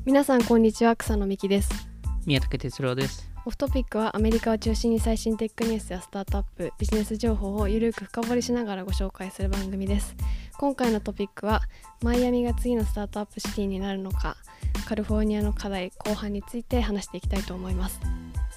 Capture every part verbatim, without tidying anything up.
皆さんこんにちは、草野美希です。 宮武哲郎です。 オフトピックはアメリカを中心に最新テックニュースやスタートアップ、ビジネス情報をゆるく深掘りしながらご紹介する番組です。今回のトピックはマイアミが次のスタートアップシティになるのか、カリフォルニアの課題後半について話していきたいと思います。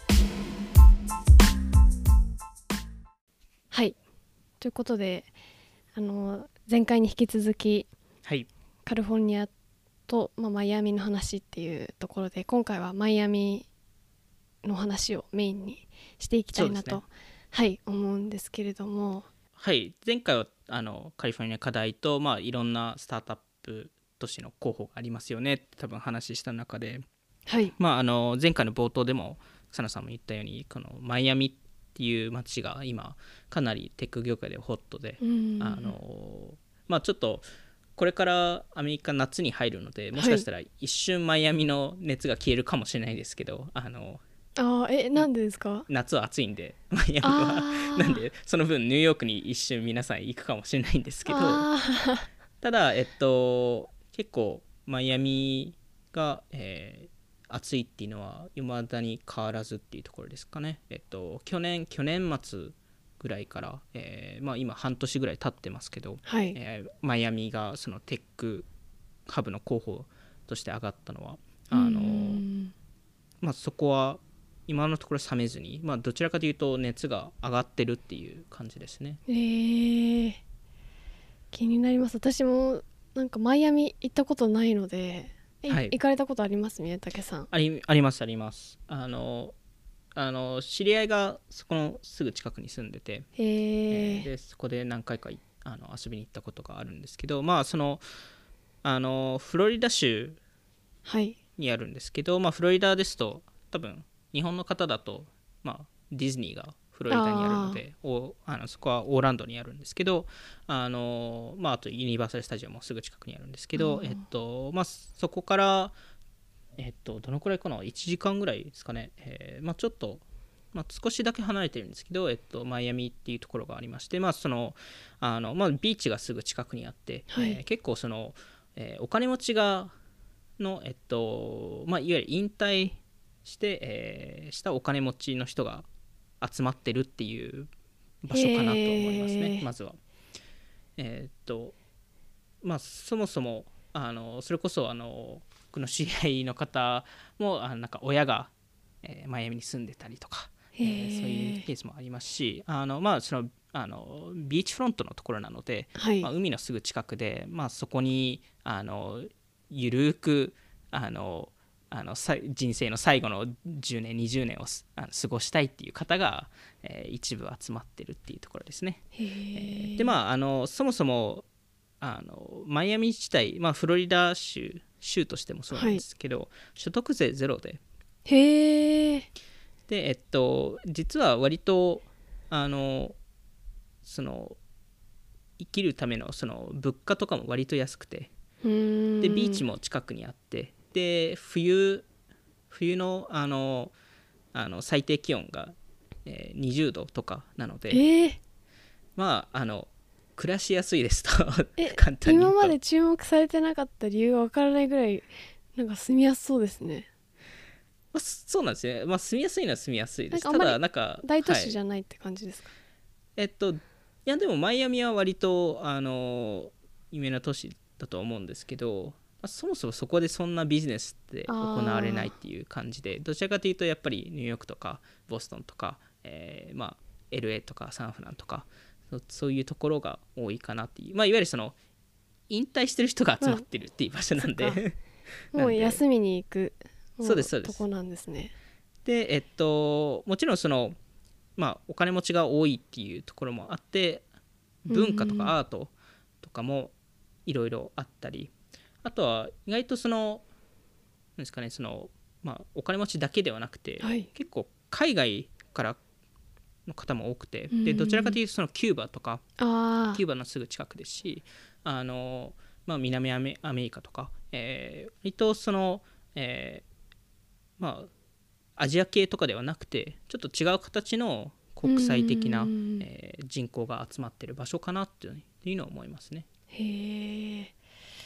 はい、ということであの前回に引き続き、 はい、 カリフォルニアと、まあ、マイアミの話っていうところで、今回はマイアミの話をメインにしていきたいなと、ね、はい思うんですけれども、 はい、前回はあのカリフォルニア課題と、まあ、いろんなスタートアップ都市の候補がありますよねって多分話した中で、 はいまあ、あの前回の冒頭でも草野さんも言ったように、このマイアミっていう街が今かなりテック業界でホットで、あのまあ、ちょっとこれからアメリカ夏に入るので、もしかしたら一瞬マイアミの熱が消えるかもしれないですけど、あのあえなんでですか？ 夏は暑いんでマイアミはなんでその分ニューヨークに一瞬皆さん行くかもしれないんですけど、ただえっと結構マイアミが、えー、暑いっていうのは未だに変わらずっていうところですかね。えっと去年去年末ぐらいから、えーまあ、今半年ぐらい経ってますけど、 はいえー、マイアミがそのテックハブの候補として上がったのはあの、まあ、そこは今のところ冷めずに、まあ、どちらかというと熱が上がってるっていう感じですね。 えー、気になります。私もなんかマイアミ行ったことないので、はい、行かれたことあります？宮武さん。 あり、ありますあります。あのあの知り合いがそこのすぐ近くに住んでて、 へー、 えー、でそこで何回かあの遊びに行ったことがあるんですけど、まあそのあのフロリダ州にあるんですけど、はい、まあ、フロリダですと多分日本の方だと、まあ、ディズニーがフロリダにあるので、おあのそこはオーランドにあるんですけど、あの、まあ、あとユニバーサルスタジオもすぐ近くにあるんですけど、えっとまあ、そこからえっと、どのくらいかな、いちじかんぐらいですかね、えーまあ、ちょっと、まあ、少しだけ離れてるんですけど、えっと、マイアミっていうところがありまして、まあそのあのまあ、ビーチがすぐ近くにあって、はい、えー、結構その、えー、お金持ちがの、えっとまあ、いわゆる引退して、えー、したお金持ちの人が集まってるっていう場所かなと思いますね、まずは。えー、っとまあ、そもそもあのそれこそあの僕の知り合いの方もあのなんか親が、えー、マイアミに住んでたりとか、えー、そういうケースもありますし、あの、まあ、そのあのビーチフロントのところなので、はい、まあ、海のすぐ近くで、まあ、そこにあのゆるくあのあの人生の最後のじゅうねんにじゅうねんをあの過ごしたいっていう方が、えー、一部集まってるっていうところですね。えー、でまああのそもそもあのマイアミ自体、まあ、フロリダ州州としてもそうなんですけど、はい、所得税ゼロで、 へー、 でえっと実は割とあのその生きるためのその物価とかも割と安くて、 うーん、 でビーチも近くにあって、で冬冬のあのあの最低気温が、えー、にじゅうどとかなので、 えー、 まああの暮らしやすいですと簡単に言うと。 今まで注目されてなかった理由がわからないぐらいなんか住みやすそうですね。 まあ、そうなんですね、まあ、住みやすいのは住みやすいです。ただなんか大都市じゃないって感じですか？はい、 えっといやでもマイアミは割とあの有名な都市だと思うんですけど、まあ、そもそもそこでそんなビジネスって行われないっていう感じで、どちらかというとやっぱりニューヨークとかボストンとか、えー、まあ エルエー とかサンフランとかそういうところが多いかなっていう、まあ、いわゆるその引退してる人が集まってるっていう場所なんで、 まあ、もう休みに行くそうですそうですとこなんですね。 でえっともちろんその、まあ、お金持ちが多いっていうところもあって、文化とかアートとかもいろいろあったり、あとは意外とそのなんですかね、その、まあ、お金持ちだけではなくて、はい、結構海外からの方も多くて、でどちらかというとそのキューバとかキューバのすぐ近くですし、あの、まあ、南アメリカとか、えー、割とその、えー、まあアジア系とかではなくてちょっと違う形の国際的な、えー、人口が集まってる場所かなっていうのを思いますね。 へえ。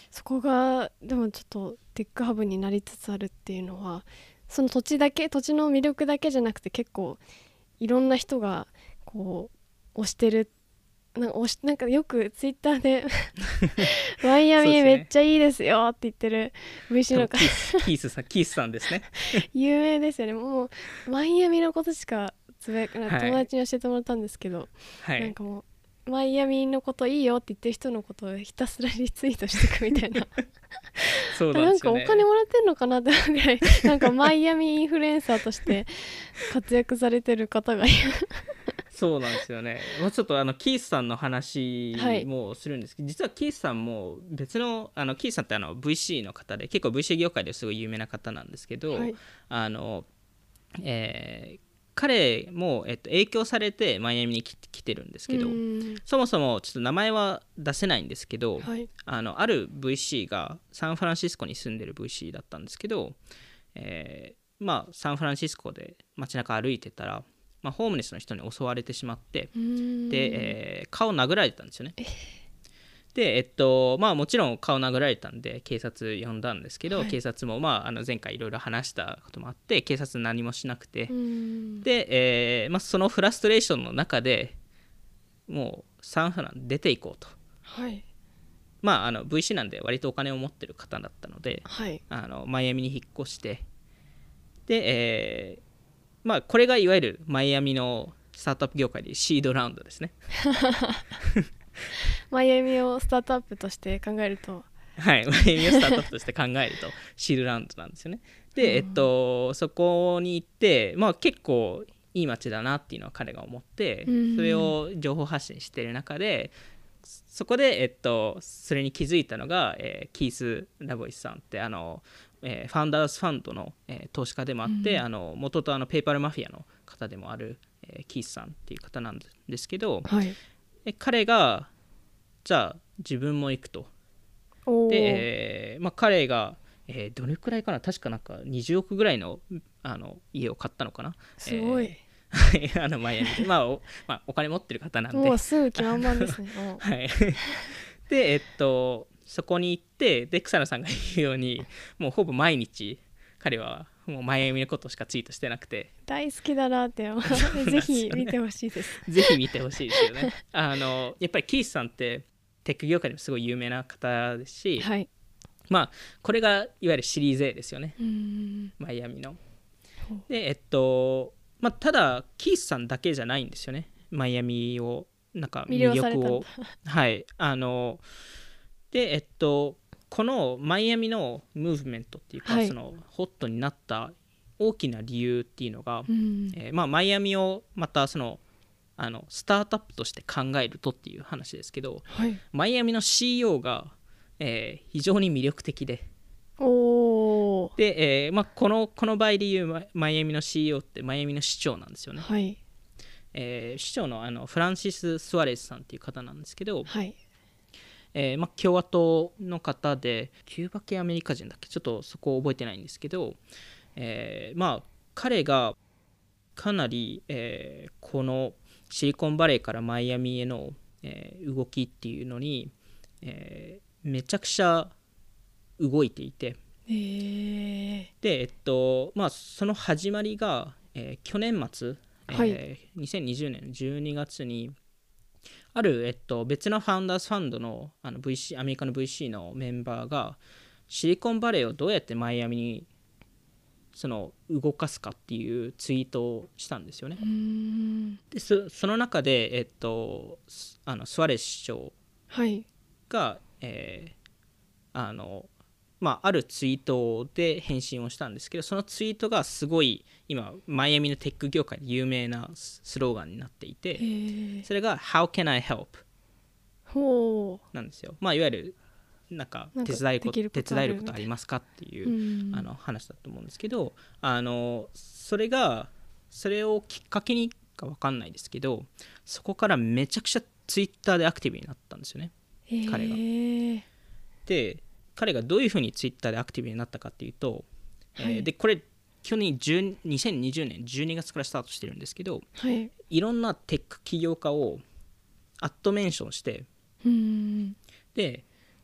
そこがでもちょっとテックハブになりつつあるっていうのは、その土地だけ土地の魅力だけじゃなくて結構いろんな人がこう推してる、なんか推しなんかよくツイッターでマイアミめっちゃいいですよって言ってる ブイシー の方、 キースキースさんキースさんですね有名ですよね。もうマイアミのことしかつぶやくない、友達に教えてもらったんですけど、はい、なんかもうマイアミのこといいよって言ってる人のことをひたすらリツイートしていくみたいなそうなんですよね。 なんかお金もらってんのかなってぐらいなんかマイアミインフルエンサーとして活躍されてる方がいるそうなんですよね。もうちょっとあのキースさんの話もするんですけど、はい、実はキースさんも別のあのキースさんってあの ブイシー の方で結構 ブイシー 業界ですごい有名な方なんですけど、はい、あのえー、彼も、えっと、影響されてマイアミに来て、来てるんですけど、そもそもちょっと名前は出せないんですけど、はい、あのある ブイシー がサンフランシスコに住んでる ブイシー だったんですけど、えーまあ、サンフランシスコで街中歩いてたら、まあ、ホームレスの人に襲われてしまって、で、えー、顔殴られてたんですよね。で、えっとまあ、もちろん顔殴られたんで警察呼んだんですけど、はい、警察も、まあ、あの前回いろいろ話したこともあって警察何もしなくて、で、えーまあ、そのフラストレーションの中でもうサンフラン出ていこうと、はい、まあ、あの ブイシー なんで割とお金を持ってる方だったので、はい、あのマイアミに引っ越して、で、えーまあ、これがいわゆるマイアミのスタートアップ業界でシードラウンドですねマイアミをスタートアップとして考えると、 はい、マイアミをスタートアップとして考えるとシードラウンドなんですよね。で、えっと、そこに行って、まあ、結構いい街だなっていうのは彼が思って、それを情報発信している中で、そこで、えっと、それに気づいたのが、えー、キース・ラボイスさんってあの、えー、ファウンダーズファンドの、えー、投資家でもあって、うん、あの元々あのペーパルマフィアの方でもある、えー、キースさんっていう方なんですけど、はい、え彼がじゃあ自分も行くと。で、えーまあ、彼が、えー、どれくらいかな、確かなんかにじゅうおくぐらい の, あの家を買ったのかな。 すごい、 えーあのマイアミで、まあおまあ、お金持ってる方なんでもうすぐ気満々ですねはい、でえっとそこに行って、で草野さんが言うようにもうほぼ毎日彼はもうマイアミのことしかツイートしてなくて、 大好きだなってぜひ見てほしいですぜひ見てほしいですよねあのやっぱりキースさんってテック業界でもすごい有名な方ですし、はい、まあこれがいわゆるシリーズ A ですよね、マイアミの。でえっとまあ、ただキースさんだけじゃないんですよね、マイアミをなんか魅力をはいあのでえっとこのマイアミのムーブメントっていうか、はい、そのホットになった大きな理由っていうのが、うんえーまあ、マイアミをまたそのあのスタートアップとして考えるとっていう話ですけど、はい、マイアミの シーイーオー が、えー、非常に魅力的で、おで、えーまあ、このこの場合でいうマイアミの シーイーオー ってマイアミの市長なんですよね、はいえー、市長 の, あのフランシス・スワレスさんっていう方なんですけど、はいえーまあ、共和党の方でキューバ系アメリカ人だっけ、ちょっとそこを覚えてないんですけど、えーまあ、彼がかなり、えー、このシリコンバレーからマイアミへの、えー、動きっていうのに、えー、めちゃくちゃ動いていて、えー、で、えっとまあ、その始まりが、えー、去年末、はいえー、にせんにじゅうねんじゅうにがつにある、えっと、別のファウンダーズファンド の, あの ブイシー アメリカの ブイシー のメンバーがシリコンバレーをどうやってマイアミにその動かすかっていうツイートをしたんですよね。で そ, その中で、えっと、あのスワレス市長が、はいえーあのまあ、あるツイートで返信をしたんですけど、そのツイートがすごい今マイアミのテック業界で有名なスローガンになっていて、それが How can I help? ほうなんですよ。まあ、いわゆるなんか手伝いこと手伝えることありますかっていうあの話だと思うんですけど、あのそれがそれをきっかけにか分かんないですけど、そこからめちゃくちゃツイッターでアクティブになったんですよね、彼が。で彼がどういうふうにツイッターでアクティブになったかっていうと、はいえー、でこれ去年にせんにじゅうねんじゅうにがつからスタートしてるんですけど、はい、いろんなテック起業家をアットメンションして、うんで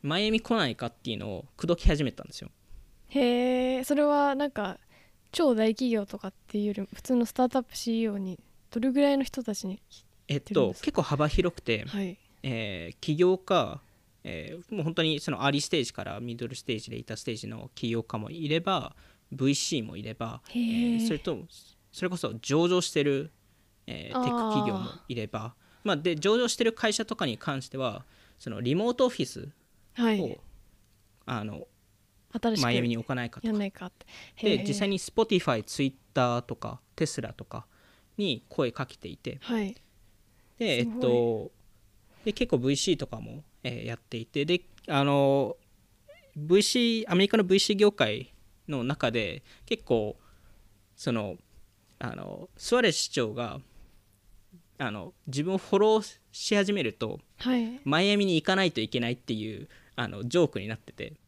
マイアミ来ないかっていうのを口説き始めたんですよ。 へえ、それはなんか超大企業とかっていうより普通のスタートアップ シーイーオー にどれぐらいの人たちにえっと結構幅広くて、 はい、 えー、起業家、えー、もう本当にそのアーリーステージからミドルステージレイターステージの起業家もいれば ブイシー もいれば、えー、それとそれこそ上場してる、えー、テック企業もいれば、まあ、で上場してる会社とかに関してはそのリモートオフィスを、はい、あのマイアミに置かないかとかないかってで実際に Spotify、Twitter とかテスラとかに声かけていて、 はい、 でえっとで結構 ブイシー とかも、えー、やっていてであの ブイシー アメリカの ブイシー 業界の中で結構そのあのスアレス市長があの自分をフォローし始めると、はい、マイアミに行かないといけないっていうあのジョークになってて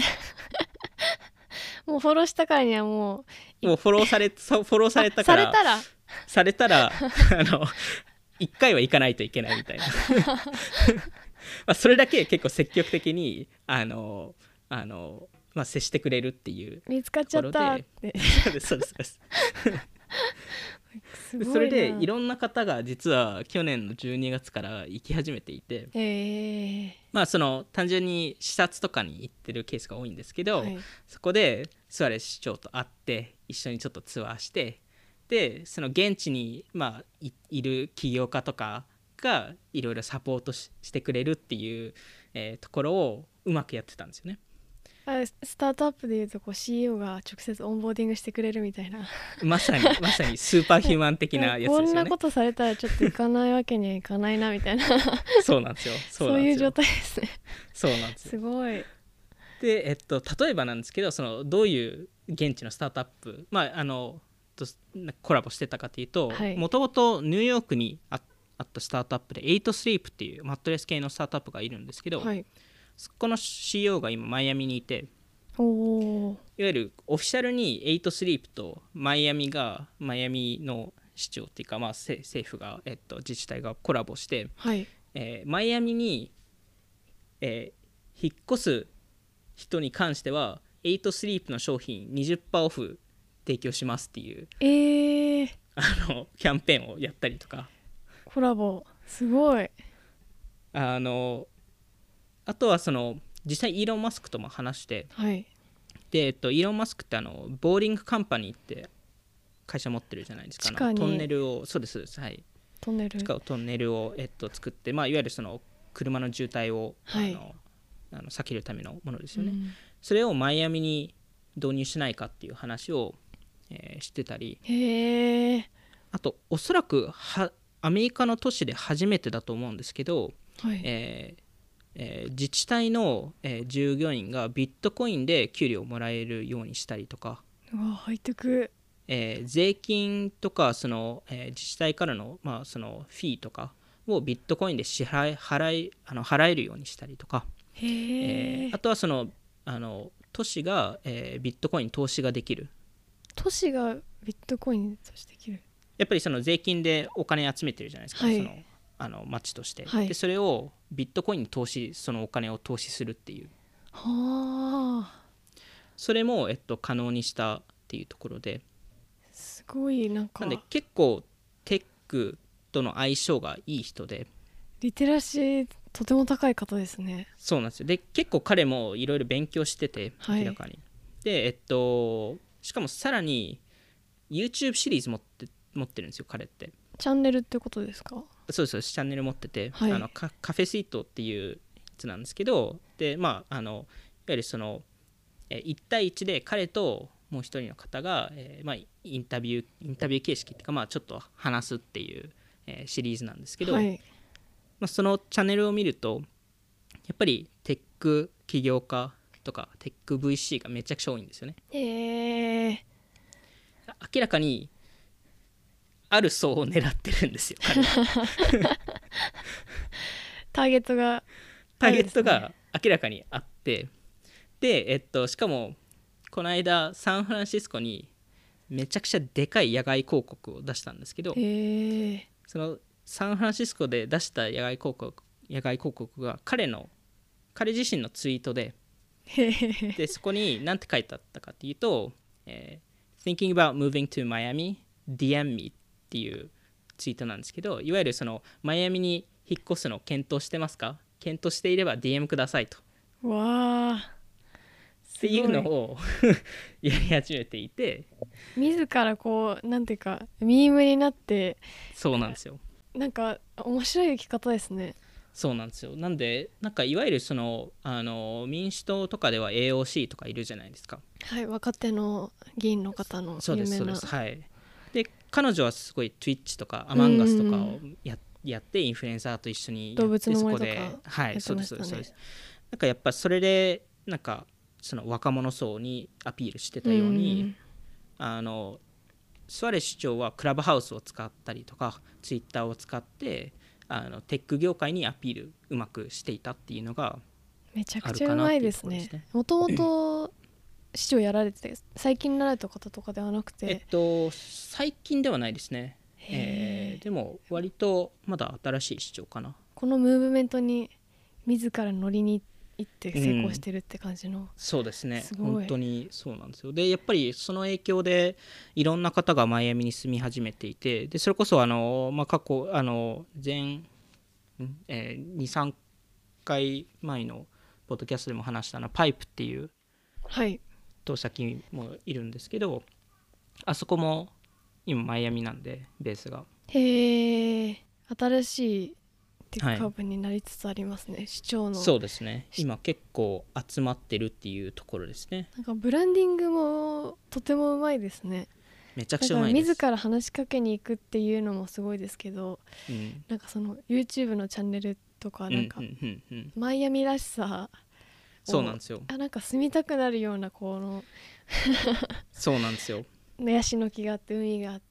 もうフォローしたからにはもうもうフォローされフォローされたからされたらされたらあのいっかいは行かないといけないみたいなまあそれだけ結構積極的にあのあの、まあ、接してくれるっていう見つかっちゃったってそうですそうですそうですそれでいろんな方が実は去年のじゅうにがつから行き始めていて、えー、まあその単純に視察とかに行ってるケースが多いんですけど、はい、そこでスアレス市長と会って一緒にちょっとツアーしてでその現地に、まあ、い, いる起業家とかがいろいろサポート し, してくれるっていう、えー、ところをうまくやってたんですよね。 スタートアップでいうとこう シーイーオー が直接オンボーディングしてくれるみたいなまさにまさにスーパーヒューマン的なやつですよね。 こんなことされたらちょっと行かないわけにはいかないなみたいなそうなんですよそういう状態ですね。 そうなんですよ。 すごい。 で、えっと、例えばなんですけどそのどういう現地のスタートアップ、まあ、あのコラボしてたかというともともとニューヨークに あ, あったスタートアップでエイトスリープっていうマットレス系のスタートアップがいるんですけど、はい、そこの シーイーオー が今マイアミにいておいわゆるオフィシャルにエイトスリープとマイアミがマイアミの市長っていうか、まあ、政府が、えっと、自治体がコラボして、はいえー、マイアミに、えー、引っ越す人に関してはエイトスリープの商品 にじゅっパーセント オフ提供しますっていう、えー、あのキャンペーンをやったりとかコラボすごい。 あのあとはその実際イーロン・マスクとも話して、はいでえっと、イーロン・マスクってあのボーリングカンパニーって会社持ってるじゃないですか。地下にトンネルをそうですそうです、はい、トンネル地下をトンネルを、えっと、作って、まあ、いわゆるその車の渋滞を、はい、あのあの避けるためのものですよね、うん、それをマイアミに導入しないかっていう話をえー、してたりへーあとおそらくはアメリカの都市で初めてだと思うんですけど、はいえーえー、自治体の、えー、従業員がビットコインで給料をもらえるようにしたりとかうわハイテク、 えー、税金とかその、えー、自治体からの、まあ、そのフィーとかをビットコインで支払い払いあの払えるようにしたりとかへー、えー、あとはそのあの都市が、えー、ビットコイン投資ができる都市がビットコイン投資できるやっぱりその税金でお金集めてるじゃないですか、はい、そのあの町として、はい、でそれをビットコインに投資そのお金を投資するっていうはあそれも、えっと、可能にしたっていうところですごいなんかなんで結構テックとの相性がいい人でリテラシーとても高い方ですね。 そうなんですよ。で結構彼もいろいろ勉強してて明らかに、はい、でえっとしかもさらに YouTube シリーズ持って持ってるんですよ彼って。 チャンネルってことですか？ そうですチャンネル持ってて、はい、あの カ, カフェスイートっていうやつなんですけどでまああのいわゆるそのえいち対いちで彼ともう一人の方が、えーまあ、インタビューインタビュー形式っていうか、まあ、ちょっと話すっていう、えー、シリーズなんですけど、はいまあ、そのチャンネルを見るとやっぱりテック起業家とかテック ブイシー がめちゃくちゃ多いんですよね。へー明らかにある層を狙ってるんですよ彼はターゲットがターゲットが明らかにあってで、えっと、しかもこの間サンフランシスコにめちゃくちゃでかい野外広告を出したんですけど、そのサンフランシスコで出した野外広告、野外広告が彼の彼自身のツイートででそこに何て書いてあったかっていうと、えー、Thinking about moving to Miami ディーエム me っていうツイートなんですけど、いわゆるそのマイアミに引っ越すのを検討してますか、検討していれば ディーエム くださいとわーっていうのをやり始めていて、 自らこうなんていうかミームになって、 そうなんですよ。 なんか面白い生き方ですね。 そうなんですよ。なんでなんかいわゆるそのあの民主党とかでは エーオーシー とかいるじゃないですか。 はい、若手の議員の方の有名な。 そうですそうです。はい。で彼女はすごい Twitch とか Among Us とかを や, やってインフルエンサーと一緒にやって動物の森とかそこで、はい、そうですそうですそうです。なんかやっぱそれでなんかその若者層にアピールしてたように、あのスアレス市長はクラブハウスを使ったりとかツイッターを使ってあのテック業界にアピールうまくしていたっていうのがめちゃくちゃうまいですね。もともと市長やられてて最近なられた方とかではなくて、 えっと最近ではないですね、えー、でも割とまだ新しい市長かな。 このムーブメントに自ら乗りに行って成功してるって感じの、うん、 そうですね、本当にそうなんですよ。でやっぱりその影響でいろんな方がマイアミに住み始めていて、でそれこそあの、まあ、過去あの前、えー、にさんかいまえのポッドキャストでも話したのパイプっていう投資先もいるんですけど、はい、あそこも今マイアミなんでベースが。 へえ、新しいテックハブになりつつありますね、はい、市長の。 そうですね、今結構集まってるっていうところですね。 なんかブランディングもとてもうまいですね。 めちゃくちゃうまいです。 自ら話しかけに行くっていうのもすごいですけど、うん、なんかその YouTube のチャンネルとかなんかマイアミらしさ、 そうなんですよ。 あ、なんか住みたくなるようなこのそうなんですよ。 ヤシの木があって海があって、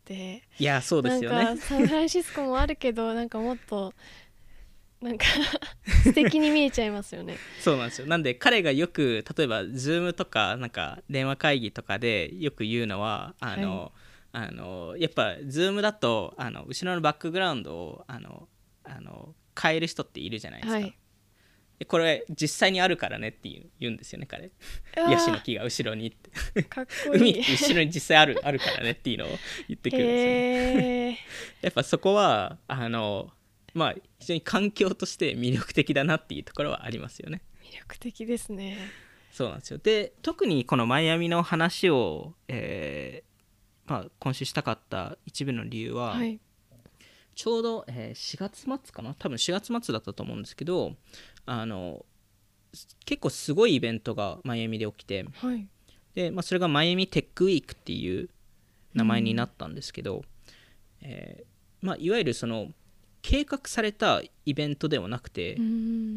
いやそうですよね。 なんかサンフランシスコもあるけどなんかもっとなんか素敵に見えちゃいますよね。 そうなんですよ。なんで彼がよく例えば Zoom とかなんか電話会議とかでよく言うのはあの、はい、あのやっぱ Zoom だとあの後ろのバックグラウンドをあのあの変える人っているじゃないですか、はい、でこれ実際にあるからねって言う、言うんですよね彼。ヤシの木が後ろにってかっこいい。 海って後ろに実際ある、あるからねっていうのを言ってくるんですよね。やっぱそこはあのまあ非常に環境として魅力的だなっていうところはありますよね。 魅力的ですね。 そうなんですよ。で特にこのマイアミの話を、えーまあ、今週したかった一部の理由は、はい、ちょうど、えー、しがつ末かな、多分しがつ末だったと思うんですけど、あの結構すごいイベントがマイアミで起きて、はい、でまあ、それがマイアミテックウィークっていう名前になったんですけど、うん、えーまあ、いわゆるその計画されたイベントではなくて、うん、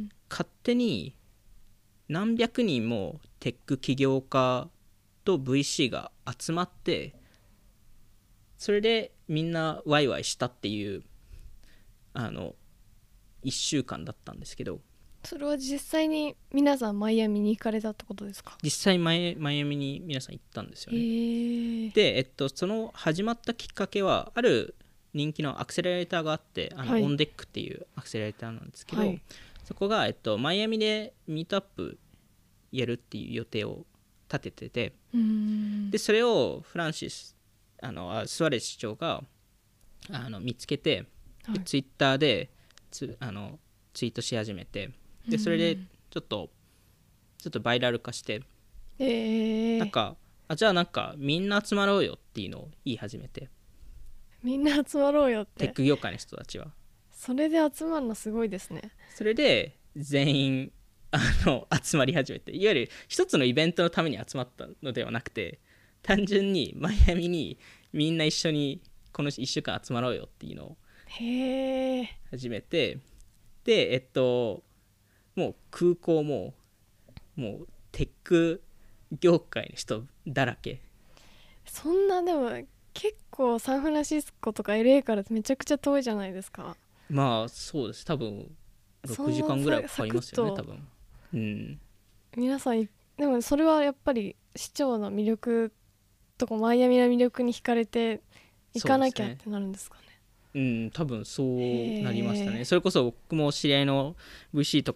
勝手に何百人もテック起業家と ブイシー が集まってそれでみんなワイワイしたっていうあのいっしゅうかんだったんですけど。 それは実際に皆さんマイアミに行かれたってことですか？ 実際マイ、マイアミに皆さん行ったんですよね。へー。で、えっと、その始まったきっかけはある人気のアクセラレーターがあってあの、はい、オンデックっていうアクセラレーターなんですけど、はい、そこが、えっと、マイアミでミートアップやるっていう予定を立ててて、うーんでそれをフランシスあのスアレス市長があの見つけて、はい、ツイッターでつあのツイートし始めて、でそれでちょっとちょっとバイラル化して、えー、なんかあじゃあなんかみんな集まろうよっていうのを言い始めて、 みんな集まろうよってテック業界の人たちはそれで集まるのすごいですね。 それで全員あの集まり始めて、いわゆる一つのイベントのために集まったのではなくて単純にマイアミにみんな一緒にこのいっしゅうかん集まろうよっていうのを始めて、でえっともう空港ももうテック業界の人だらけ。 そんなでも結構サンフランシスコとか エルエー からめちゃくちゃ遠いじゃないですか。 まあそうです、多分ろくじかんぐらいかかりますよね多分、うん、 皆さんでもそれはやっぱり市長の魅力とかマイアミの魅力に惹かれて行かなきゃってなるんですかね。 うん、多分そうなりましたね。それこそ僕も知り合いの ブイシー とか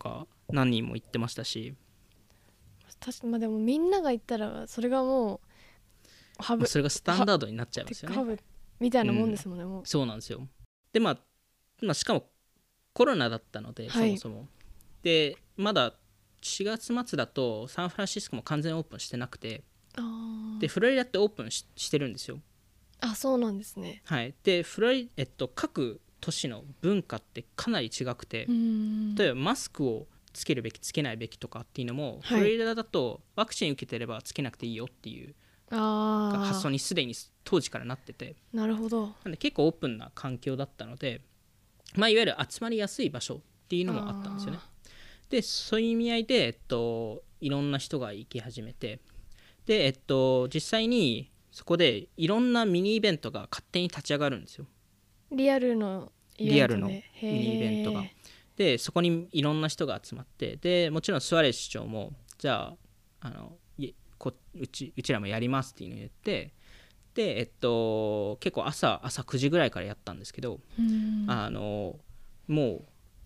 何人も行ってましたし、 確かまあでもみんなが行ったらそれがもうハブ、 まあ、それがスタンダードになっちゃいますよね。 ハブみたいなもんですもんね、うん、もうそうなんですよ。でまあ、まあ、しかもコロナだったので、はい、そもそもでまだしがつ末だとサンフランシスコも完全オープンしてなくて、でフロリダってオープン し, してるんですよ。 あ、そうなんですね。 はい。でフロリ、えっと、各都市の文化ってかなり違くて、例えばマスクをつけるべきつけないべきとかっていうのも、はい、フロリダだとワクチン受けてればつけなくていいよっていう発想にすでに当時からなってて、 なるほど。 なんで結構オープンな環境だったので、まあ、いわゆる集まりやすい場所っていうのもあったんですよね。でそういう意味合いで、えっと、いろんな人が行き始めて、で、えっと、実際にそこでいろんなミニイベントが勝手に立ち上がるんですよ。 リアルのイベントで。 リアルのミニイベントが。でそこにいろんな人が集まって、でもちろんスアレス市長もじゃあ、あのこうち、うちらもやりますっていうのを言って、で、えっと、結構 朝, 朝くじぐらいからやったんですけど、あのもう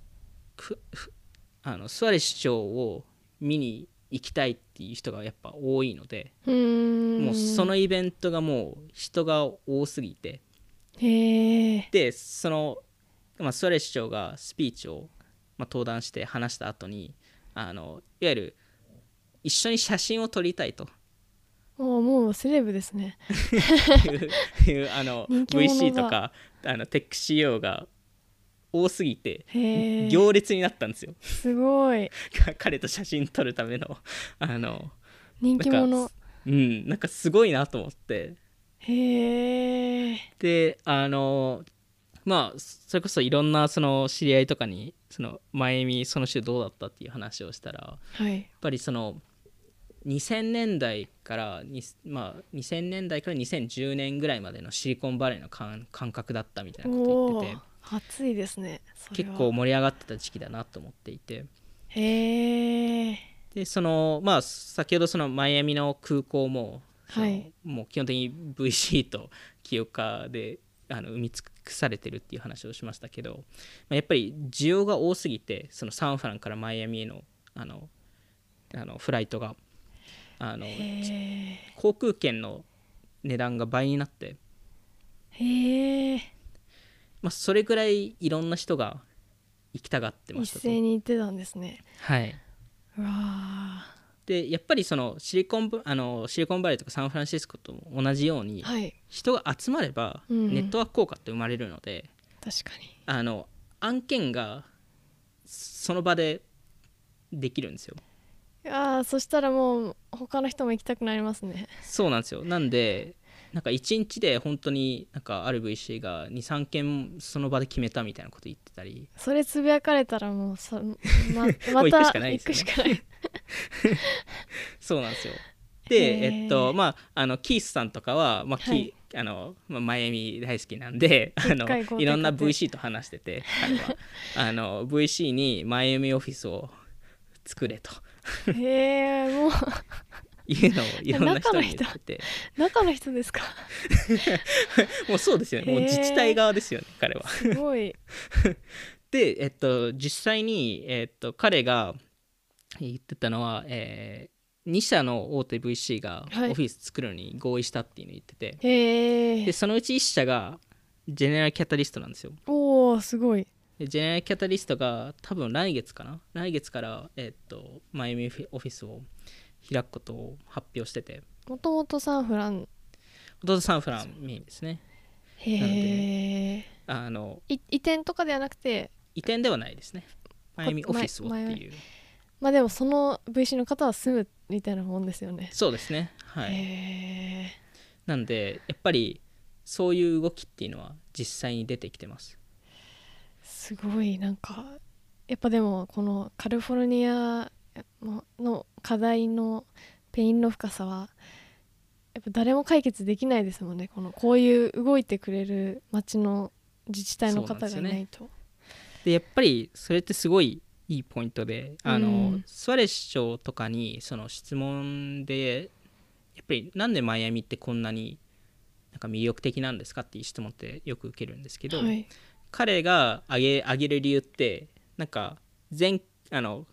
あのスアレス市長を見に行きたいっていう人がやっぱ多いので、 うーん、 もうそのイベントがもう人が多すぎて、 へー、 でその、まあ、スアレス市長がスピーチを、まあ、登壇して話した後に、あのいわゆる一緒に写真を撮りたいと、 もうもうセレブですねいうあの ブイシー とかあのテック シーイーオー が多すぎて行列になったんですよ。 すごい彼と写真撮るためのあの人気者。 うん、なんかすごいなと思って、 へー、 であのまあそれこそいろんなその知り合いとかにそのマイアミその週どうだったっていう話をしたら、 はい、 やっぱりそのにせんねんだいから、まあ、にせんねんだいからにせんじゅうねんぐらいまでのシリコンバレーの感覚だったみたいなこと言ってて、 暑いですね。それは結構盛り上がってた時期だなと思っていて、 へー、 でそのまあ先ほどそのマイアミの空港も、はい、もう基本的に ブイシー と起業家であの埋め尽くされてるっていう話をしましたけど、まあ、やっぱり需要が多すぎて、そのサンフランからマイアミへのあのあのフライトがあの航空券の値段が倍になって、 へー、 まあ、それぐらいいろんな人が行きたがってましたと。 一斉に行ってたんですね。 はい。 うわでやっぱりそのシリコンあのシリコンバレーとかサンフランシスコと同じように、はい、人が集まればネットワーク効果って生まれるので、 うん、確かにあの案件がその場でできるんですよ。 いやそしたらもう他の人も行きたくなりますね。 そうなんですよ。なんでなんかいちにちで本当になんかある ブイシー が に,さん 件その場で決めたみたいなこと言ってたり、 それつぶやかれたらもうさ ま, また行くしかないですよねそうなんですよ。でえっとまああのキースさんとかは、まあはい、あのまあ、マイアミ大好きなんであのいろんな ブイシー と話してて、彼はあの ブイシー にマイアミオフィスを作れとへえもういうのをいろんな人に言ってて、 中の人ですかもうそうですよね、もう自治体側ですよね彼は。 すごいで、えっと、実際に、えっと、彼が言ってたのは、えー、に社の大手 ブイシー がオフィス作るのに合意したっていうのを言ってて、 はい、 でそのうちいっ社がジェネラルキャタリストなんですよ。 おーすごい。 でジェネラルキャタリストが多分来月かな来月から、えっと、マイアミオフィスを開くことを発表してて、 もともとサンフランもともとサンフランメインですね。 へえ。 あの移転とかではなくて、 移転ではないですね、マイアミオフィスをっていう。 まあでもその ブイシー の方は住むみたいなもんですよね。 そうですね、はい。へなんでやっぱりそういう動きっていうのは実際に出てきてます。 すごいなんかやっぱでもこのカリフォルニアの課題のペインの深さはやっぱ誰も解決できないですもんね。このこういう動いてくれる町の自治体の方がいないと。 で、ね、やっぱりそれってすごいいいポイントで、あの、うん、スワレス市長とかにその質問でやっぱりなんでマイアミってこんなになんか魅力的なんですかっていう質問ってよく受けるんですけど、はい、彼が挙げ、挙げる理由ってなんか全あの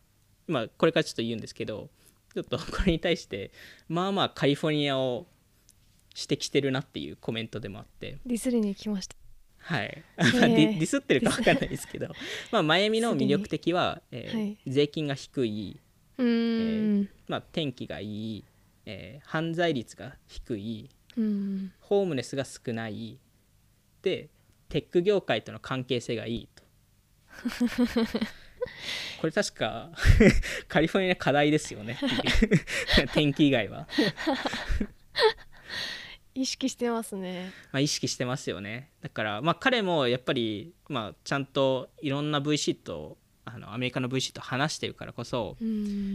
今これからちょっと言うんですけど、ちょっとこれに対してまあまあカリフォルニアを指摘してるなっていうコメントでもあって、 ディスりに来ました。 はい、まあ、ディ、ディスってるか分かんないですけどまあマイアミの魅力的は、えーはい、税金が低い、 うーん、 えーまあ、天気がいい、えー、犯罪率が低い、 うん、 ホームレスが少ないで、テック業界との関係性がいいとこれ確かカリフォルニア課題ですよねっていう天気以外は意識してますね、 まあ、意識してますよね。だからまあ彼もやっぱり、まあ、ちゃんといろんな ブイシー とあのアメリカの ブイシー と話してるからこそ、 うん、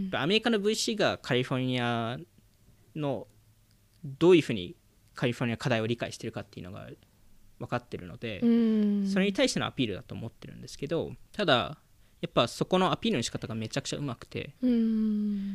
アメリカの ブイシー がカリフォルニアのどういうふうにカリフォルニア課題を理解してるかっていうのが分かってるので、 うん、 それに対してのアピールだと思ってるんですけど、ただやっぱそこのアピールの仕方がめちゃくちゃうまくて、 うん、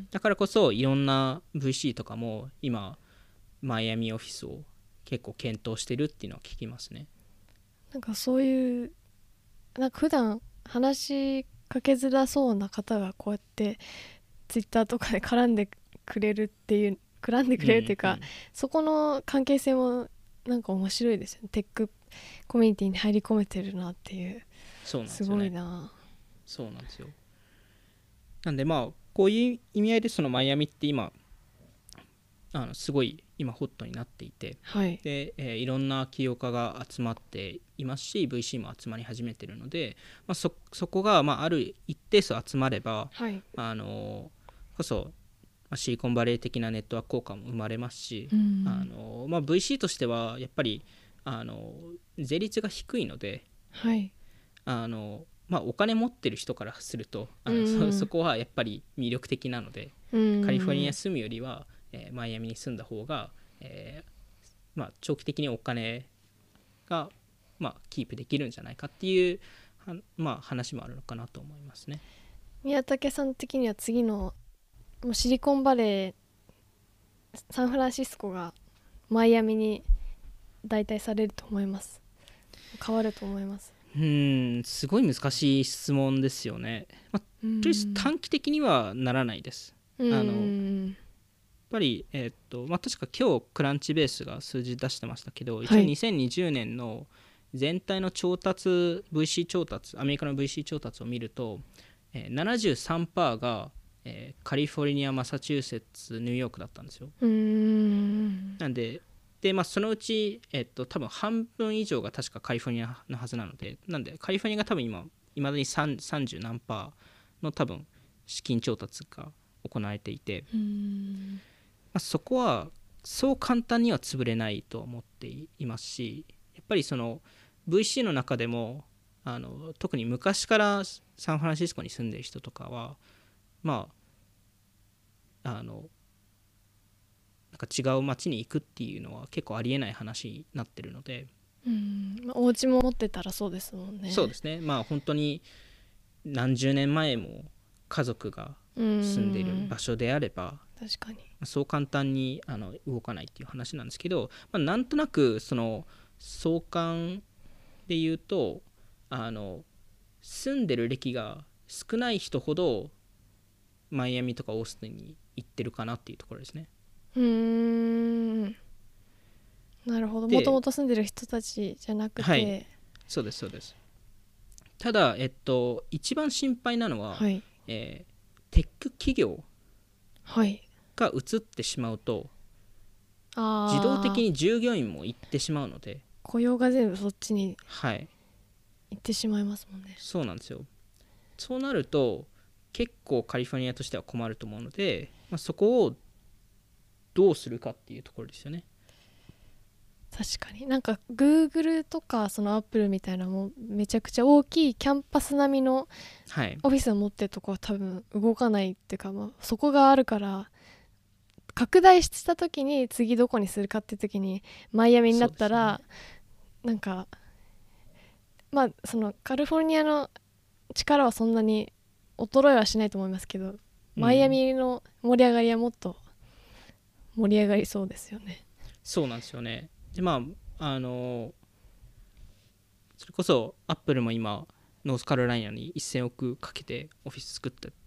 だからこそいろんな ブイシー とかも今マイアミオフィスを結構検討してるっていうのは聞きますね。 なんかそういうなんか普段話しかけづらそうな方がこうやってツイッターとかで絡んでくれるっていう絡んでくれるっていうか、うんうん、そこの関係性もなんか面白いですよね。テックコミュニティに入り込めてるなっていう。 そうなんですよね。 すごいな。 そうなんですよ。なんでまあこういう意味合いでそのマイアミって今あのすごい今ホットになっていて、 はい、 で、えー、いろんな起業家が集まっていますし ブイシー も集まり始めているので、まあ、そ, そこが、まあ、ある一定数集まれば、 はい、 あのこそ、まあ、シリコンバレー的なネットワーク効果も生まれますし、 うん、 あのまあ、ブイシー としてはやっぱりあの税率が低いので、 はい、 あのまあ、お金持ってる人からするとあの、うん、そ, そこはやっぱり魅力的なので、うん、カリフォルニア住むよりはえー、マイアミに住んだ方が、えーまあ、長期的にお金が、まあ、キープできるんじゃないかっていうは、まあ、話もあるのかなと思いますね。 宮武さん的には次のもうシリコンバレーサンフランシスコがマイアミに代替されると思います？変わると思います？ うーんすごい難しい質問ですよね、まあ、とりあえず短期的にはならないです。あのやっぱり、えーっとまあ、確か今日クランチベースが数字出してましたけど、はい、一応にせんにじゅうねんの全体の調達 ブイシー 調達アメリカの ブイシー 調達を見ると、えー、ななじゅうさんパーセント が、えー、カリフォルニアマサチューセッツニューヨークだったんですよ。 うーんなんでで、まあ、そのうち、えーっと多分半分以上が確かカリフォルニアのはずなので、なんでカリフォルニアが多分今いまだにさんじゅう何パーの多分資金調達が行われていて、 うーんまあ、そこはそう簡単には潰れないと思っていますし、やっぱりその ブイシー の中でもあの特に昔からサンフランシスコに住んでる人とかはまああのなんか違う街に行くっていうのは結構ありえない話になってるので、 うん、まあ、お家も持ってたらそうですもんね。 そうですね。まあ本当に何十年前も家族が住んでいる場所であれば確かにそう簡単にあの動かないっていう話なんですけど、まあ、なんとなくその相関で言うとあの住んでる歴が少ない人ほどマイアミとかオースティンに行ってるかなっていうところですね。 うーんなるほど。もともと住んでる人たちじゃなくて、はい、 そうですそうです。ただ、えっと、一番心配なのは、 はい、 えー、テック企業が移ってしまうと、はい、自動的に従業員も行ってしまうので雇用が全部そっちに行ってしまいますもんね、はい、 そうなんですよ。そうなると結構カリフォルニアとしては困ると思うので、まあ、そこをどうするかっていうところですよね。 確かになんか Google とかその Apple みたいなもうめちゃくちゃ大きいキャンパス並みのオフィスを持ってるとこは多分動かないっていうか、まあ、そこがあるから拡大した時に次どこにするかっていう時にマイアミになったら、ね、なんかまあそのカリフォルニアの力はそんなに衰えはしないと思いますけど、うん、マイアミの盛り上がりはもっと盛り上がりそうですよね。 そうなんですよね。でまああのそれこそアップルも今ノースカロライナにせんおくかけてオフィス作った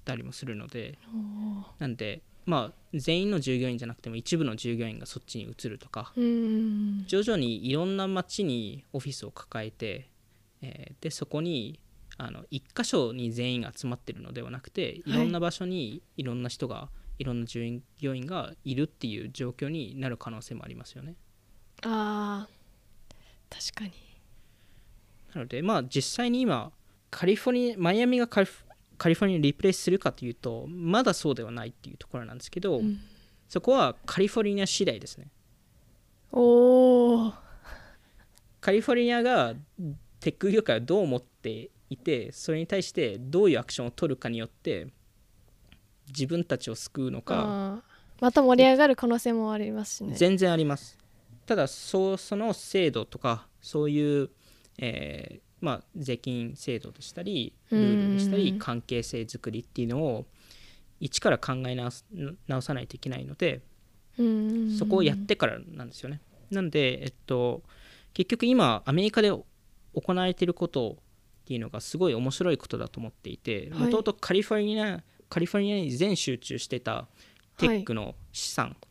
たりもするので、なんでまあ全員の従業員じゃなくても一部の従業員がそっちに移るとか、 うん徐々にいろんな町にオフィスを抱えて、えー、でそこにあの一箇所に全員が集まってるのではなくて、いろんな場所にいろんな人が、はい、いろんな従業員がいるっていう状況になる可能性もありますよね。 あー、確かに。 なのでまあ実際に今カリフォルニアマイアミがカリフカリフォルニアにリプレイスするかというとまだそうではないっていうところなんですけど、うん、そこはカリフォルニア次第ですね。 おー、 カリフォルニアがテック業界をどう思っていて、それに対してどういうアクションを取るかによって自分たちを救うのか、 また盛り上がる可能性もありますしね。 全然あります。ただそうその制度とかそういう、えーまあ、税金制度でしたりルールでしたり関係性作りっていうのを一から考え直す、直さないといけないので、そこをやってからなんですよね。なんで、えっと、結局今アメリカで行われていることっていうのがすごい面白いことだと思っていて、もともとカリフォルニアカリフォルニアに全集中してたテックの資産、はい、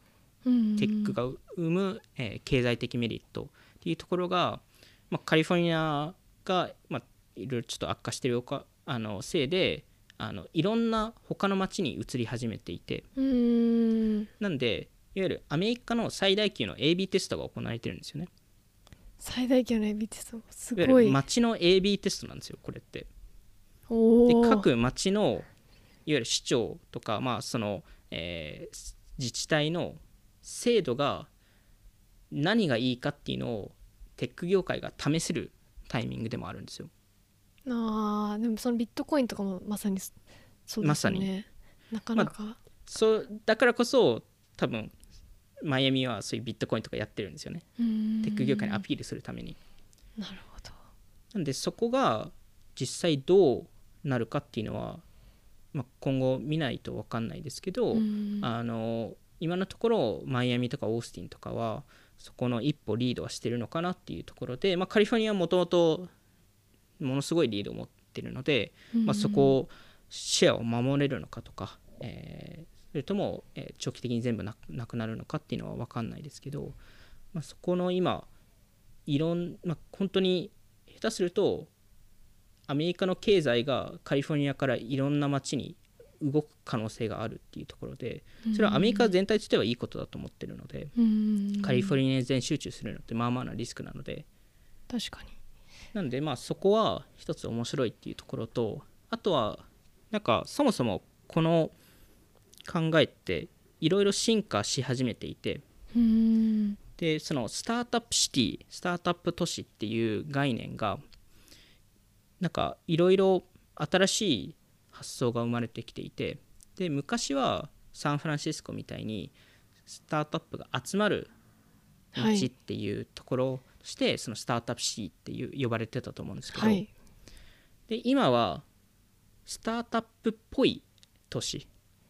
テックが生む、えー、経済的メリットっていうところが、まあ、カリフォルニアが、まあ、いろいろちょっと悪化しているあのせいであのいろんな他の町に移り始めていて、 うーんなんでいわゆるアメリカの最大級の エービー テストが行われてるんですよね。 最大級の エービー テスト、すごい。 いわゆる町の エービー テストなんですよこれって。で各町のいわゆる市長とか、まあそのえー、自治体の制度が何がいいかっていうのをテック業界が試せるタイミングでもあるんですよ。 あー、でもそのビットコインとかもまさにそうですよね。 まさになかなか、 まあ、そうだからこそ多分マイアミはそういうビットコインとかやってるんですよね。テック業界にアピールするために。 なるほど。 なんでそこが実際どうなるかっていうのは、まあ、今後見ないと分かんないですけど、あの今のところマイアミとかオースティンとかはそこの一歩リードはしてるのかなっていうところで、まあ、カリフォルニアはもともとものすごいリードを持ってるので、まあ、そこをシェアを守れるのかとか、えー、それとも、えー、長期的に全部なく、なくなるのかっていうのは分かんないですけど、まあ、そこの今いろん、まあ、本当に下手するとアメリカの経済がカリフォルニアからいろんな街に動く可能性があるっていうところで、それはアメリカ全体としてはいいことだと思ってるので、カリフォルニアに全集中するのってまあまあなリスクなので、 確かに。 なのでまあそこは一つ面白いっていうところと、あとはなんかそもそもこの考えっていろいろ進化し始めていて、でそのスタートアップシティ、スタートアップ都市っていう概念がなんかいろいろ新しい発想が生まれてきていて、で昔はサンフランシスコみたいにスタートアップが集まる街っていうところとして、はい、そのスタートアップシティっていう呼ばれてたと思うんですけど、はい、で今はスタートアップっぽい都市、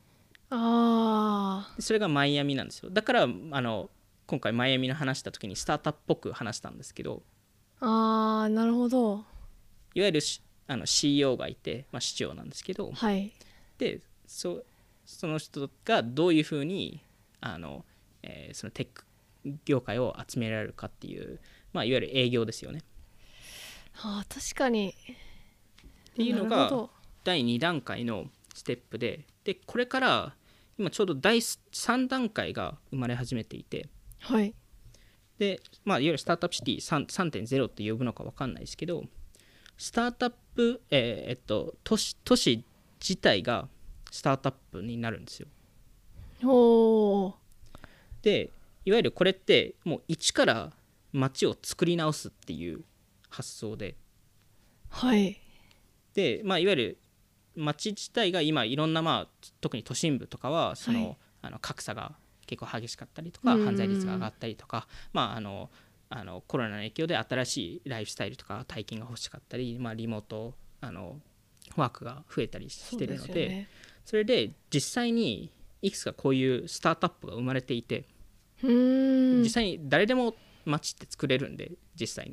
あそれがマイアミなんですよ。だからあの今回マイアミの話した時にスタートアップっぽく話したんですけど、 あー、なるほど。 いわゆるあの シーイーオー がいて、まあ、市長なんですけど、 はい、 で そ, その人がどういうふうにあの、えー、そのテック業界を集められるかっていう、まあ、いわゆる営業ですよね。 はあ、確かに。 っていうのがだいに段階のステップで、でこれから今ちょうどだいさん段階が生まれ始めていて、 はい、 で、まあ、いわゆるスタートアップシティ さんてんゼロ って呼ぶのか分かんないですけど、スタートアップ、えーえっと、都市、都市自体がスタートアップになるんですよ。 おー。 でいわゆるこれってもう一から街を作り直すっていう発想で、 はい、 で、まあ、いわゆる街自体が今いろんな、まあ、特に都心部とかはその、はい、あの格差が結構激しかったりとか犯罪率が上がったりとか、まあ、あのあのコロナの影響で新しいライフスタイルとか体験が欲しかったり、まあ、リモートあのワークが増えたりしてるの で, そ, で、ね、それで実際にいくつかこういうスタートアップが生まれていて、 うーん、 実際に誰でも街って作れるんで実際に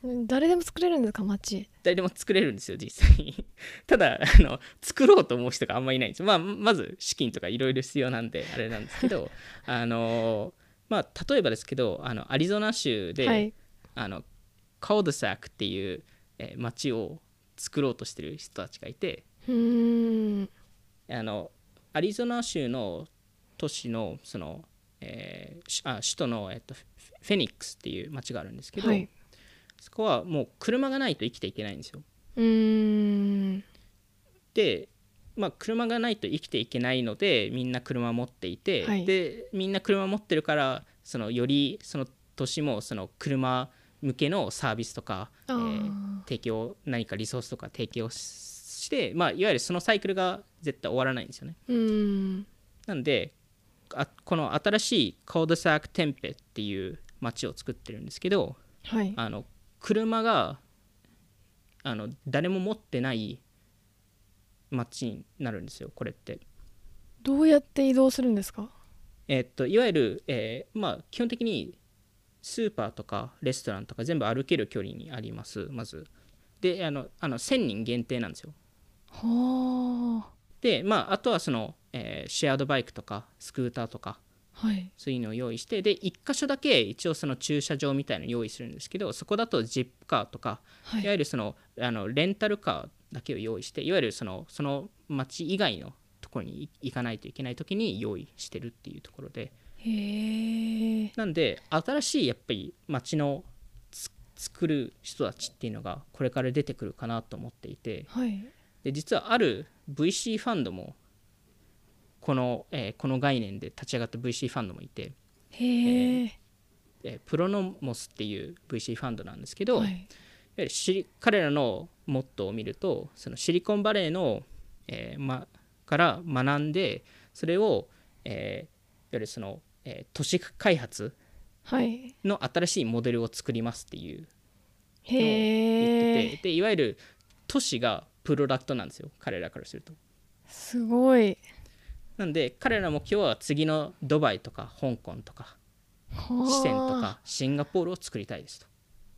誰でも作れるんですか、街。 誰でも作れるんですよ実際にただあの作ろうと思う人があんまりいないんですよ、まあ、まず資金とかいろいろ必要なんであれなんですけどあの、まあ、例えばですけどあのアリゾナ州で、はい、あのカオドサックっていう、えー、町を作ろうとしてる人たちがいて、 うーん、 あのアリゾナ州の都市のその、えー、あ首都の、えっと、フェニックスっていう町があるんですけど、はい、そこはもう車がないと生きていけないんですよ。 うーんで、まあ、車がないと生きていけないのでみんな車を持っていて、はい、でみんな車を持ってるからそのよりその都市もその車向けのサービスとか、えー、提供何かリソースとか提供して、まあ、いわゆるそのサイクルが絶対終わらないんですよね。 うーんなんであこの新しいコードサークテンペっていう街を作ってるんですけど、 はい、 あの車があの誰も持ってない街になるんですよこれって。 どうやって移動するんですか？ えー、っといわゆる、えーまあ、基本的にスーパーとかレストランとか全部歩ける距離にありますまず。であのあのせんにん限定なんですよ。 はあ。 でまああとはその、えー、シェアードバイクとかスクーターとか、 はい、 そういうのを用意してでいっ箇所だけ一応その駐車場みたいなのを用意するんですけど、そこだとジップカーとか、はい、いわゆるそのあのレンタルカーだけを用意して、いわゆるそのその町以外のところに行かないといけない時に用意してるっていうところで、 へー、 なんで新しいやっぱり町の作る人たちっていうのがこれから出てくるかなと思っていて、 はい、 で実はある ブイシー ファンドもこの、えー、この概念で立ち上がった ブイシー ファンドもいて、 へー、 えーえー、プロノモスっていう ブイシー ファンドなんですけど、はい、いわゆるシリ彼らのモットーを見るとそのシリコンバレーの、えーま、から学んでそれを、えー、いわゆるその、えー、都市開発の新しいモデルを作りますっていうのを言ってて、でいわゆる都市がプロダクトなんですよ彼らからすると。 すごい。 なんで彼らの目標は次のドバイとか香港とか四川とかシンガポールを作りたいですと。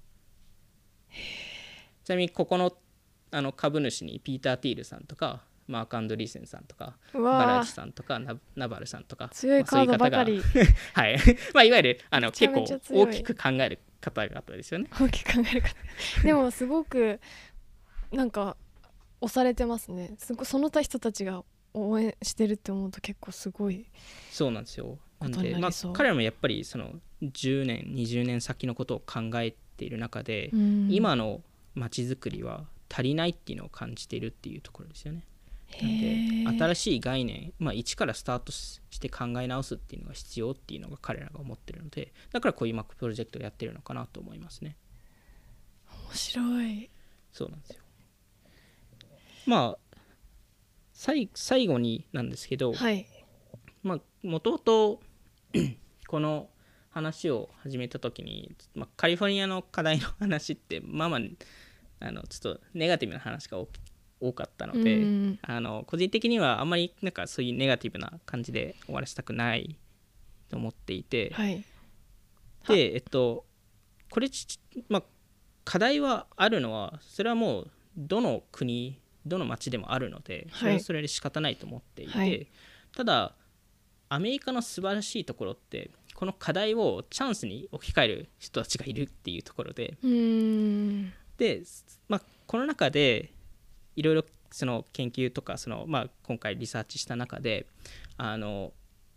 ちなみにここの、あの株主にピーター・ティールさんとかマーク・アンドリーセンさんとかバラージさんとか ナ, ナバルさんとか強いカードばかり、 まあ、そういう方がはいまあ、いわゆるあの結構大きく考える方々ですよね。 大きく考える方でもすごくなんか押されてますね。すごその他人たちが応援してるって思うと結構すごい。 そうなんですよ。なんで、まあ、彼らもやっぱりそのじゅうねんにじゅうねん先のことを考えている中で、うん、今の街づくりは足りないっていうのを感じているっていうところですよね。なんで新しい概念、まあ、一からスタートして考え直すっていうのが必要っていうのが彼らが思ってるので、だからこういう Mac プロジェクトをやってるのかなと思いますね。 面白い。 そうなんですよ。まあ最後になんですけど、 はい、 まあもともとこの話を始めた時に、まあ、カリフォルニアの課題の話ってまあまああのちょっとネガティブな話が多かったので、うん、あの個人的にはあんまりなんかそういうネガティブな感じで終わらせたくないと思っていて、 はい、 でえっとこれ、まあ、課題はあるのはそれはもうどの国どの町でもあるので、それはそれで仕方ないと思っていて、はい、ただアメリカの素晴らしいところってこの課題をチャンスに置き換える人たちがいるっていうところで、 うーんで、まあ、この中でいろいろその研究とかその、まあ、今回リサーチした中であの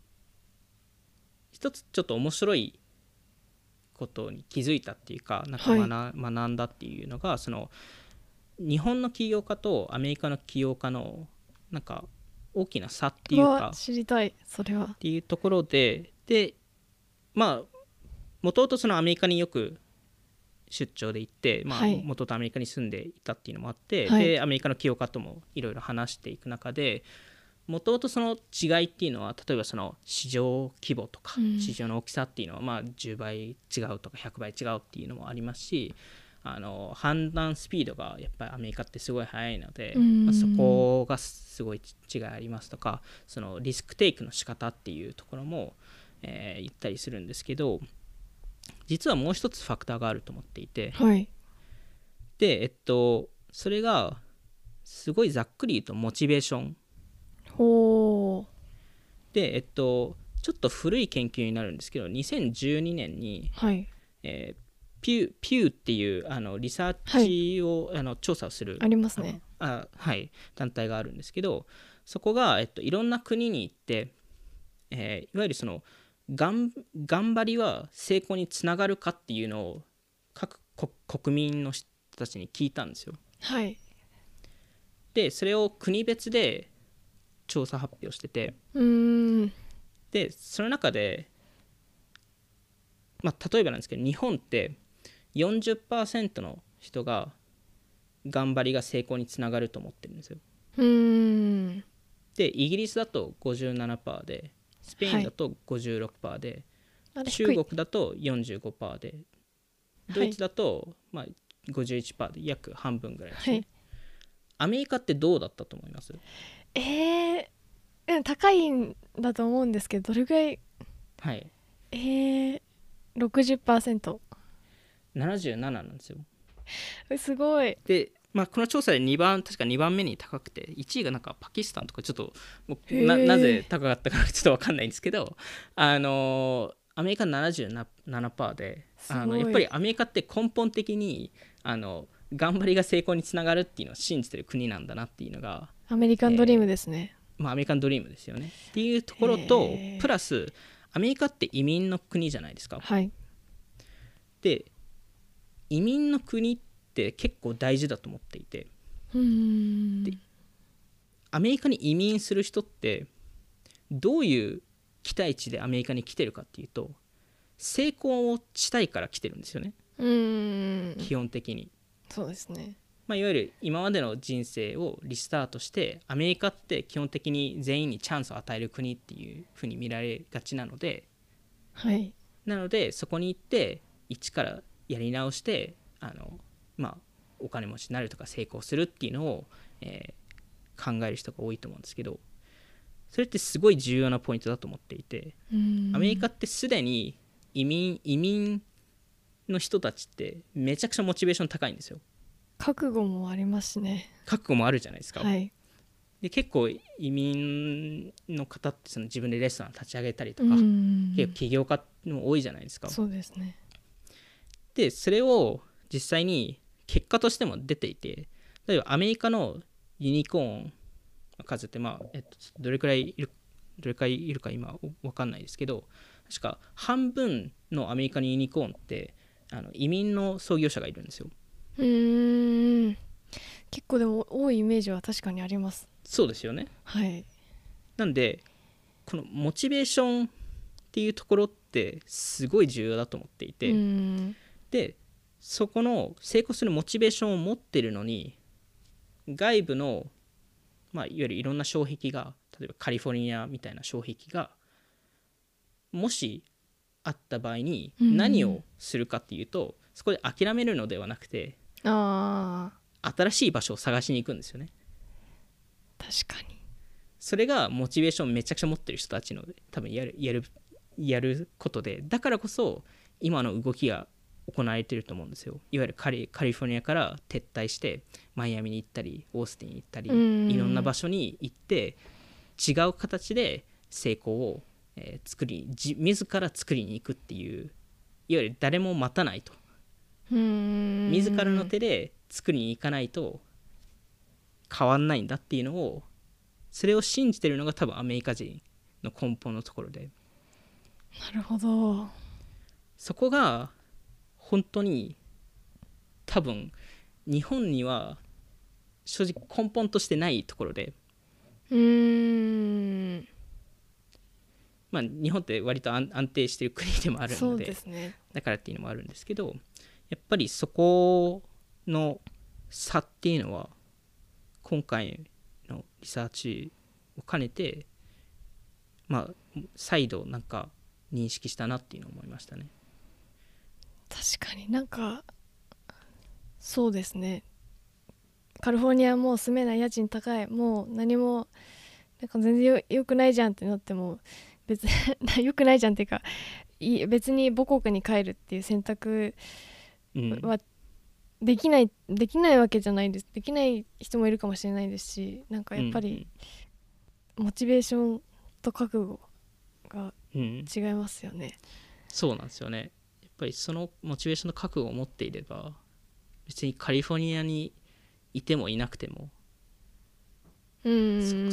一つちょっと面白いことに気づいたっていうか、なんか 学,、はい、学んだっていうのがその日本の起業家とアメリカの起業家のなんか大きな差っていうか知りたいそれはっていうところで、でまあもともとそのアメリカによく出張で行って、まあ、もともとアメリカに住んでいたっていうのもあって、はい、でアメリカの起業家ともいろいろ話していく中でもともとその違いっていうのは例えばその市場規模とか、うん、市場の大きさっていうのはまあじゅうばい違うとかひゃくばい違うっていうのもありますし、あの判断スピードがやっぱりアメリカってすごい速いので、まあ、そこがすごい違いありますとか、そのリスクテイクの仕方っていうところも、えー、言ったりするんですけど、実はもう一つファクターがあると思っていて、 はい、 でえっとそれがすごいざっくり言うとモチベーションほうで、えっとちょっと古い研究になるんですけどにせんじゅうにねんに、 はいえーピュー、ピューっていうあのリサーチを、はい、あの調査をするありますねあ、はい、団体があるんですけど、そこが、えっと、いろんな国に行って、えーいわゆるそのがん頑張りは成功につながるかっていうのを各国民の人たちに聞いたんですよ。 はいでそれを国別で調査発表してて、 うーんでその中で、まあ、例えばなんですけど日本ってよんじゅっパーセントの人が頑張りが成功につながると思ってるんですよ。 うーんでイギリスだと ごじゅうななパーセント でスペインだと ごじゅうろくパーセント で、 はい、 中国だと よんじゅうごパーセント でドイツだと、まあ、ごじゅういちパーセント で約半分ぐらいですね、はい、アメリカってどうだったと思います？ えー、高いんだと思うんですけどどれぐらい？ はいえー、ろくじゅっパーセント。 ななじゅうなななんですよ。 すごい。 で、まあ、この調査でにばん確かにばんめに高くていちいがなんかパキスタンとかちょっともう な, なぜ高かったかちょっと分かんないんですけど、あのアメリカ ななじゅうななパーセント であのやっぱりアメリカって根本的にあの頑張りが成功につながるっていうのを信じてる国なんだなっていうのがアメリカンドリームですね、 えーまあ、アメリカンドリームですよねっていうところとプラスアメリカって移民の国じゃないですか。 はい。 で移民の国って結構大事だと思っていて、 うーんでアメリカに移民する人ってどういう期待値でアメリカに来てるかっていうと成功をしたいから来てるんですよね。 うーん基本的にそうですね、 まあ、いわゆる今までの人生をリスタートしてアメリカって基本的に全員にチャンスを与える国っていうふうに見られがちなので、 はい、 なのでそこに行って一からやり直してあの、まあ、お金持ちになるとか成功するっていうのを、えー、考える人が多いと思うんですけど、それってすごい重要なポイントだと思っていて、アメリカってすでに移民移民の人たちってめちゃくちゃモチベーション高いんですよ。 覚悟もありますね。 覚悟もあるじゃないですか、 はい、 で結構移民の方ってその自分でレストラン立ち上げたりとか結構起業家も多いじゃないですか。 そうですね。 でそれを実際に結果としても出ていて、例えばアメリカのユニコーンの数って、まあえっと、どれくらいいるどれくらいいるか今分かんないですけど、確か半分のアメリカのユニコーンってあの移民の創業者がいるんですよ。 うーん結構でも多いイメージは確かにあります。 そうですよね。 はい。 なんでこのモチベーションっていうところってすごい重要だと思っていて、 うんでそこの成功するモチベーションを持ってるのに外部の、まあ、いわゆるいろんな障壁が例えばカリフォルニアみたいな障壁がもしあった場合に何をするかっていうと、うん、そこで諦めるのではなくてあ新しい場所を探しに行くんですよね。 確かにそれがモチベーションめちゃくちゃ持ってる人たちの多分やるやるやることで、だからこそ今の動きが行われていると思うんですよ。いわゆるカリ、カリフォルニアから撤退してマイアミに行ったりオースティンに行ったりいろんな場所に行って違う形で成功を、えー、作り自, 自ら作りに行くっていう、いわゆる誰も待たないと、 うーん自らの手で作りに行かないと変わんないんだっていうのを、それを信じてるのが多分アメリカ人の根本のところで、 なるほど。 そこが本当に多分日本には正直根本としてないところで、 うーんまあ日本って割と安定している国でもあるので、 そうですね、 だからっていうのもあるんですけど、やっぱりそこの差っていうのは今回のリサーチを兼ねて、まあ再度なんか認識したなっていうのを思いましたね。 確かになんかそうですね。カリフォルニアもう住めない、家賃高い、もう何もなんか全然 よ, よくないじゃんってなっても別によくないじゃんっていうかい別に母国に帰るっていう選択はできないできないわけじゃないです。できない人もいるかもしれないですし、なんかやっぱりモチベーションと覚悟が違いますよね、うん、 そうなんですよね。やっぱりそのモチベーションの覚悟を持っていれば、別にカリフォルニアにいてもいなくても、 うん、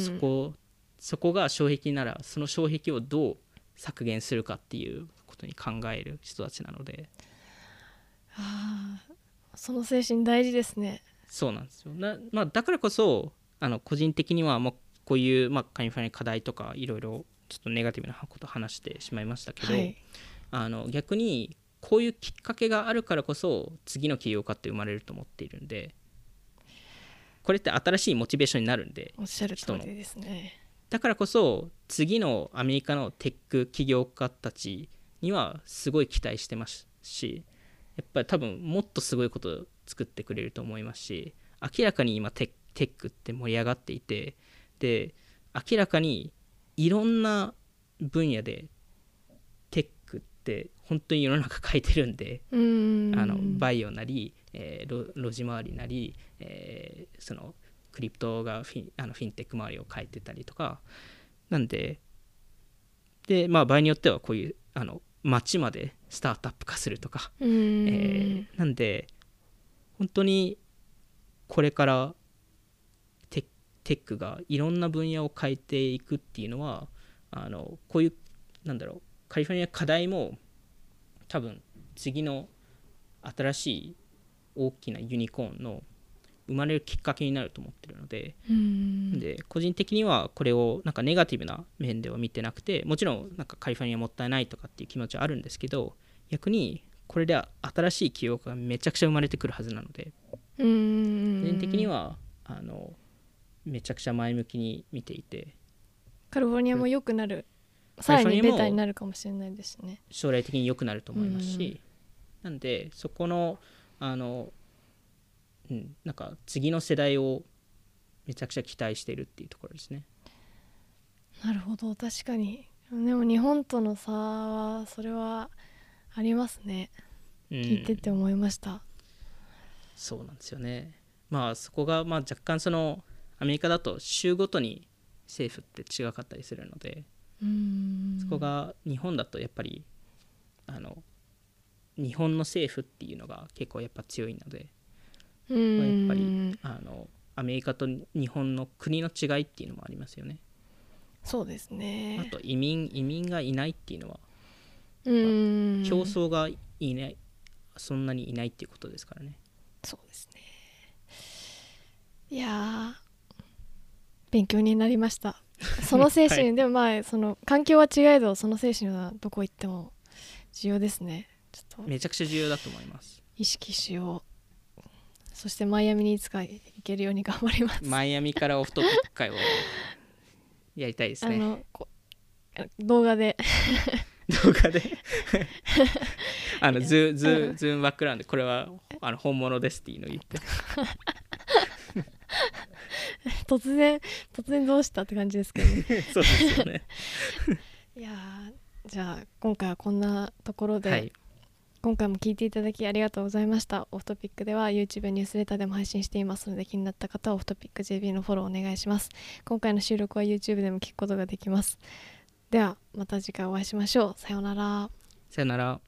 そ, そこそこが障壁なら、その障壁をどう削減するかっていうことに考える人たちなので、 あ、その精神大事ですね。 そうなんですよな、まあ、だからこそあの個人的にはもうこういう、まあ、カリフォルニア課題とかいろいろちょっとネガティブなことを話してしまいましたけど、はい、あの逆にこういうきっかけがあるからこそ次の起業家って生まれると思っているんで、これって新しいモチベーションになるんで、 おっしゃる通りですね。 だからこそ次のアメリカのテック起業家たちにはすごい期待してますし、やっぱり多分もっとすごいことを作ってくれると思いますし、明らかに今テック、テックって盛り上がっていて、で明らかにいろんな分野でテックって本当に世の中変えてるんで、 うーん、 あのバイオなり、えー、路地回りなり、えー、そのクリプトがフィン、あのフィンテック周りを変えてたりとかなんで、で、まあ、場合によってはこういうあの街までスタートアップ化するとか、 うーん、 えー、なんで本当にこれからテック、テックがいろんな分野を変えていくっていうのは、あのこういうなんだろうカリフォルニア課題も多分次の新しい大きなユニコーンの生まれるきっかけになると思ってるので、 うん、 で個人的にはこれをなんかネガティブな面では見てなくて、もちろんなんかカリフォルニアもったいないとかっていう気持ちはあるんですけど、逆にこれで新しい起業家がめちゃくちゃ生まれてくるはずなので、 うーん、 個人的にはあのめちゃくちゃ前向きに見ていて、 カリフォルニアも良くなる、さらにベターになるかもしれないですね。 将来的に良くなると思いますし、なんでそこのあの、うん、なんか次の世代をめちゃくちゃ期待しているっていうところですね。 なるほど、確かに。でも日本との差はそれはありますね、うん、聞いてて思いました。 そうなんですよね。まあそこがまあ若干そのアメリカだと州ごとに政府って違かったりするので、 うーん、 そこが日本だとやっぱりあの日本の政府っていうのが結構やっぱ強いので、 うーん、 やっぱりあのアメリカと日本の国の違いっていうのもありますよね。 そうですね。 あと移民移民がいないっていうのは、 うーん、 競争がいない、そんなにいないっていうことですからね。 そうですね。いや勉強になりました。その精神、はい、でもまあその環境は違えどその精神はどこ行っても重要ですね。ちょっとめちゃくちゃ重要だと思います。 意識しよう。そしてマイアミにいつか行けるように頑張ります。 マイアミからオフトピック会をやりたいですね。 あのこ動画で動画であのズズズームバックグラウンドでこれはあの本物ですっていうのを言って突然突然どうしたって感じですけどねそうですよねいやじゃあ今回はこんなところで、はい、今回も聞いていただきありがとうございました。オフトピックでは YouTube ニュースレターでも配信していますので、気になった方はオフトピック ジェービー のフォローお願いします。今回の収録は YouTube でも聞くことができます。ではまた次回お会いしましょう。さようなら。 さようなら。